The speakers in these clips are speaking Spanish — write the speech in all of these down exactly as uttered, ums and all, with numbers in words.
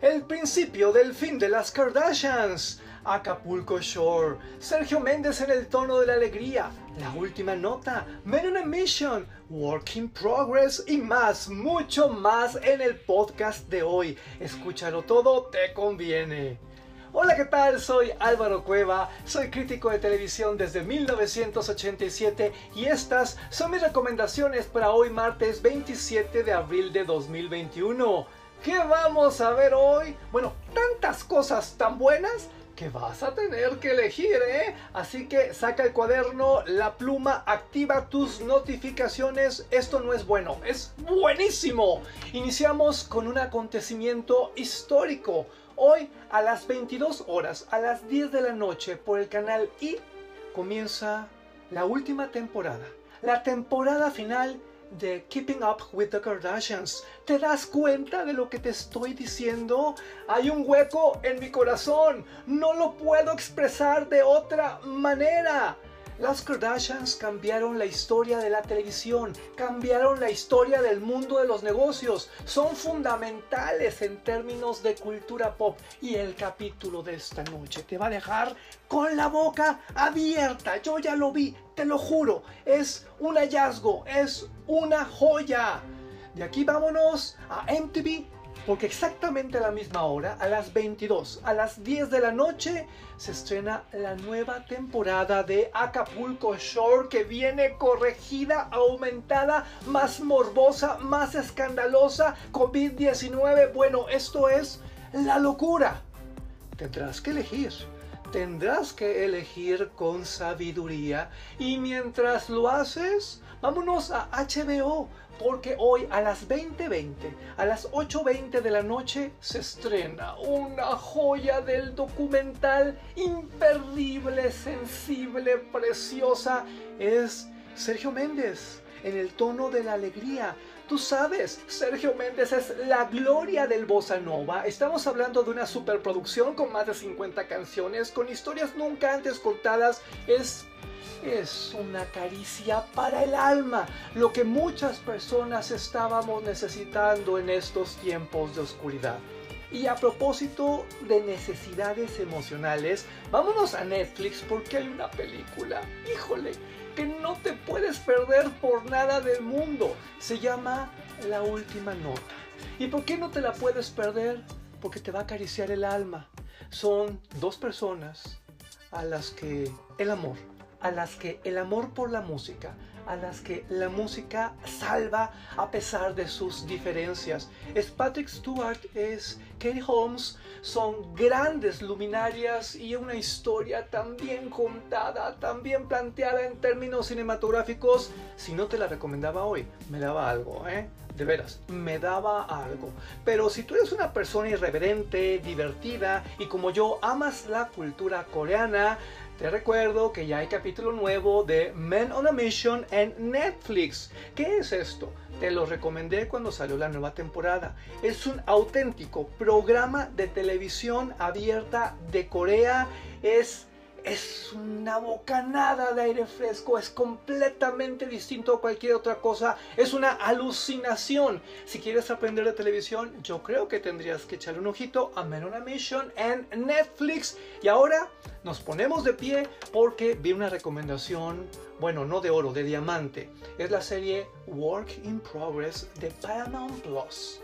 El principio del fin de las Kardashians, Acapulco Shore, Sergio Méndez en el tono de la alegría, la última nota, Men on a Mission, Work in Progress y más, mucho más en el podcast de hoy. Escúchalo todo, te conviene. Hola, ¿qué tal? Soy Álvaro Cueva, soy crítico de televisión desde mil novecientos ochenta y siete y estas son mis recomendaciones para hoy martes veintisiete de abril de dos mil veintiuno. ¿Qué vamos a ver hoy? Bueno, tantas cosas tan buenas que vas a tener que elegir, ¿eh? Así que saca el cuaderno, la pluma, activa tus notificaciones. Esto no es bueno, es buenísimo. Iniciamos con un acontecimiento histórico. Hoy a las veintidós horas, a las diez de la noche, por el canal E! Comienza la última temporada. La temporada final de Keeping Up with the Kardashians. ¿Te das cuenta de lo que te estoy diciendo? Hay un hueco en mi corazón. No lo puedo expresar de otra manera. Las Kardashians cambiaron la historia de la televisión, cambiaron la historia del mundo de los negocios. Son fundamentales en términos de cultura pop. Y el capítulo de esta noche te va a dejar con la boca abierta. Yo ya lo vi, te lo juro. Es un hallazgo, es una joya. De aquí vámonos a M T V. Porque exactamente a la misma hora, a las veintidós, a las diez de la noche, se estrena la nueva temporada de Acapulco Shore, que viene corregida, aumentada, más morbosa, más escandalosa, COVID diecinueve. Bueno, esto es la locura. Tendrás que elegir. Tendrás que elegir con sabiduría. Y mientras lo haces, vámonos a H B O. Porque hoy a las veinte veinte, a las ocho veinte de la noche, se estrena una joya del documental imperdible, sensible, preciosa. Es Sergio Méndez en el tono de la alegría. Tú sabes, Sergio Méndez es la gloria del bossa nova. Estamos hablando de una superproducción con más de cincuenta canciones, con historias nunca antes contadas. Es... Es una caricia para el alma, lo que muchas personas estábamos necesitando en estos tiempos de oscuridad. Y a propósito de necesidades emocionales, vámonos a Netflix porque hay una película, híjole, que no te puedes perder por nada del mundo. Se llama La Última Nota. ¿Y por qué no te la puedes perder? Porque te va a acariciar el alma. Son dos personas a las que el amor... a las que el amor por la música, a las que la música salva a pesar de sus diferencias. Es Patrick Stewart, es Katie Holmes, son grandes luminarias y una historia tan bien contada, tan bien planteada en términos cinematográficos. Si no te la recomendaba hoy, me daba algo, ¿eh? De veras, me daba algo. Pero si tú eres una persona irreverente, divertida y como yo amas la cultura coreana, te recuerdo que ya hay capítulo nuevo de Men on a Mission en Netflix. ¿Qué es esto? Te lo recomendé cuando salió la nueva temporada. Es un auténtico programa de televisión abierta de Corea. Es... Es una bocanada de aire fresco, es completamente distinto a cualquier otra cosa, es una alucinación. Si quieres aprender de televisión, yo creo que tendrías que echarle un ojito a Men on a Mission en Netflix. Y ahora nos ponemos de pie porque vi una recomendación, bueno, no de oro, de diamante. Es la serie Work in Progress de Paramount Plus.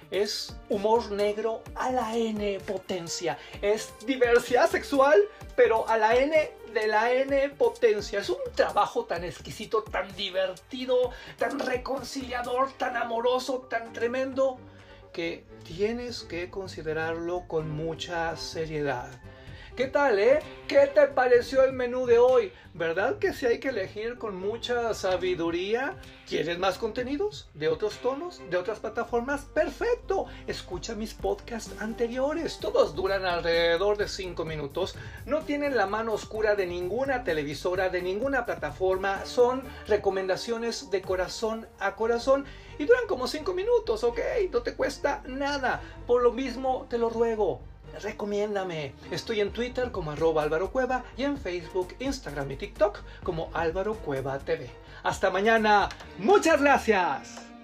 Es humor negro a la N potencia. Es diversidad sexual, pero a la N de la N potencia. Es un trabajo tan exquisito, tan divertido, tan reconciliador, tan amoroso, tan tremendo, que tienes que considerarlo con mucha seriedad. ¿Qué tal, eh? ¿Qué te pareció el menú de hoy? ¿Verdad que sí hay que elegir con mucha sabiduría? ¿Quieres más contenidos? ¿De otros tonos? ¿De otras plataformas? ¡Perfecto! Escucha mis podcasts anteriores. Todos duran alrededor de cinco minutos. No tienen la mano oscura de ninguna televisora, de ninguna plataforma. Son recomendaciones de corazón a corazón. Y duran como cinco minutos, ¿ok? No te cuesta nada. Por lo mismo, te lo ruego. Recomiéndame. Estoy en Twitter como arroba Álvaro Cueva y en Facebook, Instagram y TikTok como Álvaro Cueva T V. Hasta mañana. Muchas gracias.